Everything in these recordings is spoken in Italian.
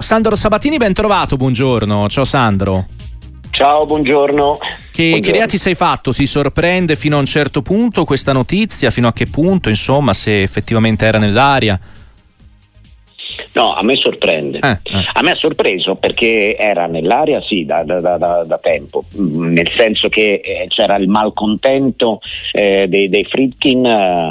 Sandro Sabatini, ben trovato, buongiorno. Ciao Sandro. Ciao, buongiorno. Che idea ti sei fatto? Ti sorprende fino a un certo punto questa notizia? Fino a che punto, insomma, se effettivamente era nell'aria? No, a me sorprende. A me ha sorpreso perché era nell'aria, sì, da tempo, nel senso che c'era il malcontento dei Friedkin,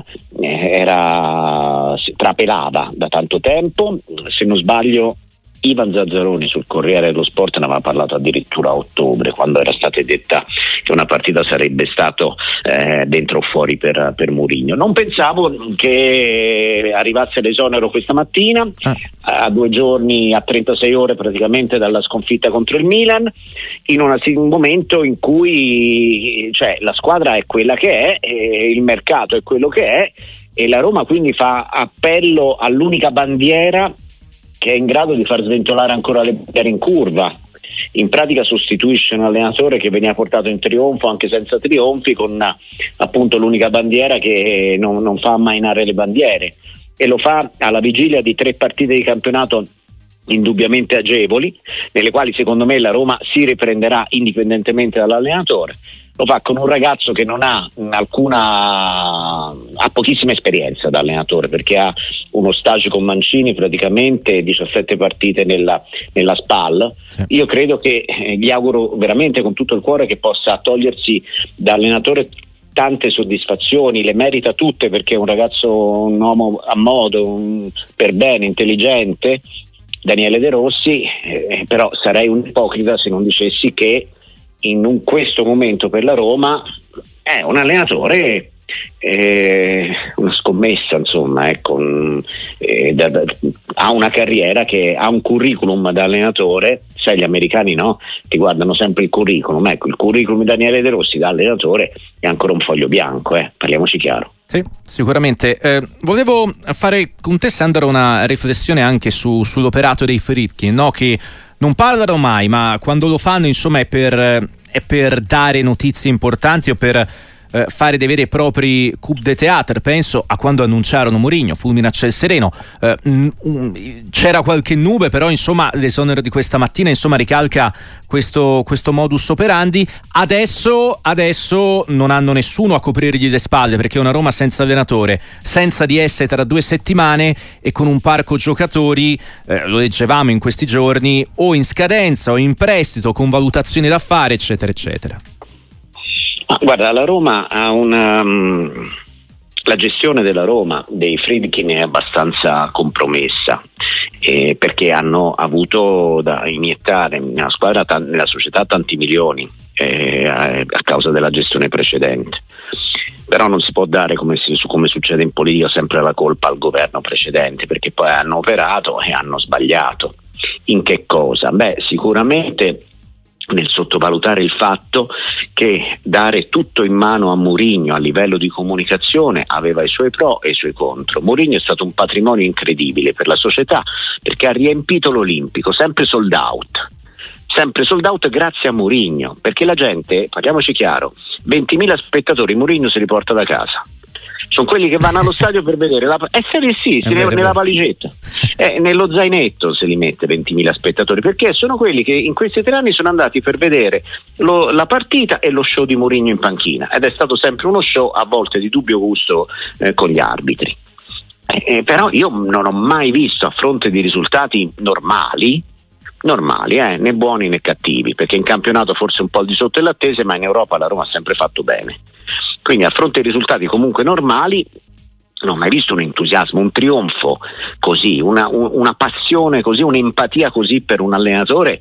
trapelava da tanto tempo. Se non sbaglio, Ivan Zazzaroni sul Corriere dello Sport ne aveva parlato addirittura a ottobre, quando era stata detta che una partita sarebbe stato dentro o fuori per Mourinho. Non pensavo che arrivasse l'esonero questa mattina, a 2 giorni, a 36 ore praticamente dalla sconfitta contro il Milan, in un momento in cui la squadra è quella che è, il mercato è quello che è, e la Roma quindi fa appello all'unica bandiera che è in grado di far sventolare ancora le bandiere in curva. In pratica sostituisce un allenatore che veniva portato in trionfo anche senza trionfi, con appunto l'unica bandiera che non fa ammainare le bandiere, e lo fa alla vigilia di 3 partite di campionato indubbiamente agevoli, nelle quali secondo me la Roma si riprenderà indipendentemente dall'allenatore. Lo fa con un ragazzo che non ha pochissima esperienza da allenatore, perché ha uno stage con Mancini, praticamente 17 partite nella SPAL. Sì. Io credo che gli auguro veramente con tutto il cuore che possa togliersi da allenatore tante soddisfazioni, le merita tutte, perché è un ragazzo, un uomo a modo, per bene, intelligente, Daniele De Rossi, però sarei un ipocrita se non dicessi che in questo momento per la Roma è un allenatore, una scommessa, insomma, ecco, ha una carriera, che ha un curriculum da allenatore. Sai, gli americani no, ti guardano sempre il curriculum. Ecco, il curriculum di Daniele De Rossi da allenatore è ancora un foglio bianco, parliamoci chiaro. Sì, sicuramente. Volevo fare con te, Sandro, una riflessione anche sull'operato dei Friedkin, no? Che non parlano mai, ma quando lo fanno, insomma, è per dare notizie importanti o per fare dei veri e propri coup de théâtre. Penso a quando annunciarono Mourinho, fulmine a ciel sereno. C'era qualche nube, però insomma l'esonero di questa mattina ricalca questo modus operandi. Adesso non hanno nessuno a coprirgli le spalle, perché è una Roma senza allenatore, senza DS tra 2 settimane e con un parco giocatori, lo leggevamo in questi giorni, o in scadenza o in prestito, con valutazioni da fare, eccetera eccetera. Guarda, la Roma ha la gestione della Roma dei Friedkin è abbastanza compromessa, perché hanno avuto da iniettare nella squadra, nella società, tanti milioni a causa della gestione precedente. Però non si può dare, come succede in politica, sempre la colpa al governo precedente, perché poi hanno operato e hanno sbagliato. In che cosa? Sicuramente nel sottovalutare il fatto che dare tutto in mano a Mourinho a livello di comunicazione aveva i suoi pro e i suoi contro. Mourinho è stato un patrimonio incredibile per la società, perché ha riempito l'Olimpico, sempre sold out grazie a Mourinho, perché la gente, parliamoci chiaro, 20.000 spettatori Mourinho se li porta da casa. Sono quelli che vanno allo stadio per vedere nella valigetta, nello zainetto se li mette 20.000 spettatori, perché sono quelli che in questi 3 anni sono andati per vedere la partita e lo show di Mourinho in panchina, ed è stato sempre uno show a volte di dubbio gusto con gli arbitri. Però io non ho mai visto, a fronte di risultati normali, né buoni né cattivi, perché in campionato forse un po' al di sotto dell'attese, ma in Europa la Roma ha sempre fatto bene. Quindi a fronte di risultati comunque normali non ho mai visto un entusiasmo, un trionfo così, una passione così, un'empatia così per un allenatore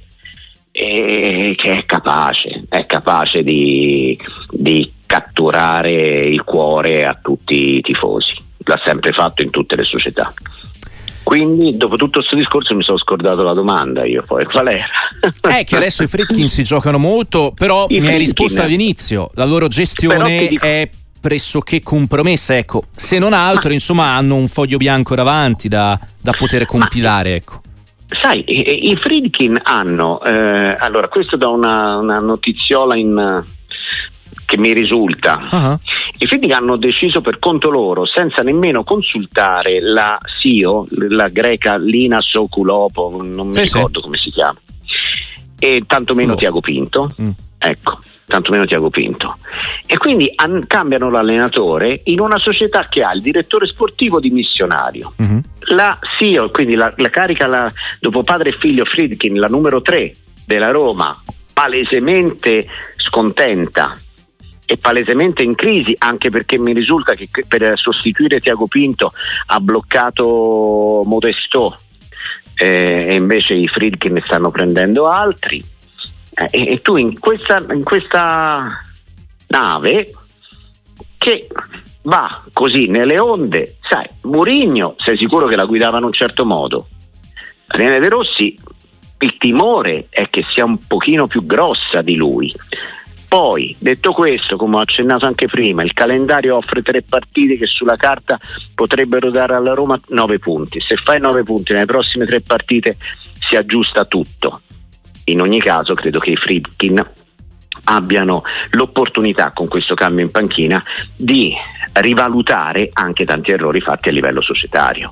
che è capace di catturare il cuore a tutti i tifosi. L'ha sempre fatto in tutte le società. Quindi dopo tutto questo discorso mi sono scordato la domanda, io poi qual era? Che adesso i Friedkin si giocano molto, però mi hai risposto all'inizio, la loro gestione è pressoché compromessa, ecco, se non altro insomma hanno un foglio bianco davanti da poter compilare, ecco. Sai, i Friedkin hanno, allora questo da una notiziola che mi risulta, I Friedkin hanno deciso per conto loro, senza nemmeno consultare la CEO, la greca Lina Sokulopo, non mi ricordo come si chiama, e tantomeno Tiago Pinto. Ecco, tantomeno Tiago Pinto. E quindi cambiano l'allenatore in una società che ha il direttore sportivo dimissionario, la CEO, quindi la carica dopo padre e figlio Friedkin, la numero 3 della Roma, palesemente scontenta e palesemente in crisi, anche perché mi risulta che per sostituire Tiago Pinto ha bloccato Modestò, e invece i Friedkin ne stanno prendendo altri, e tu in questa nave che va così nelle onde, sai, Mourinho sei sicuro che la guidava in un certo modo, Daniele De Rossi il timore è che sia un pochino più grossa di lui. Poi, detto questo, come ho accennato anche prima, il calendario offre 3 partite che sulla carta potrebbero dare alla Roma 9 punti. Se fai 9 punti nelle prossime 3 partite si aggiusta tutto. In ogni caso credo che i Friedkin abbiano l'opportunità, con questo cambio in panchina, di rivalutare anche tanti errori fatti a livello societario.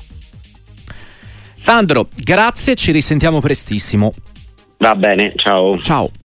Sandro, grazie, ci risentiamo prestissimo. Va bene, ciao. Ciao.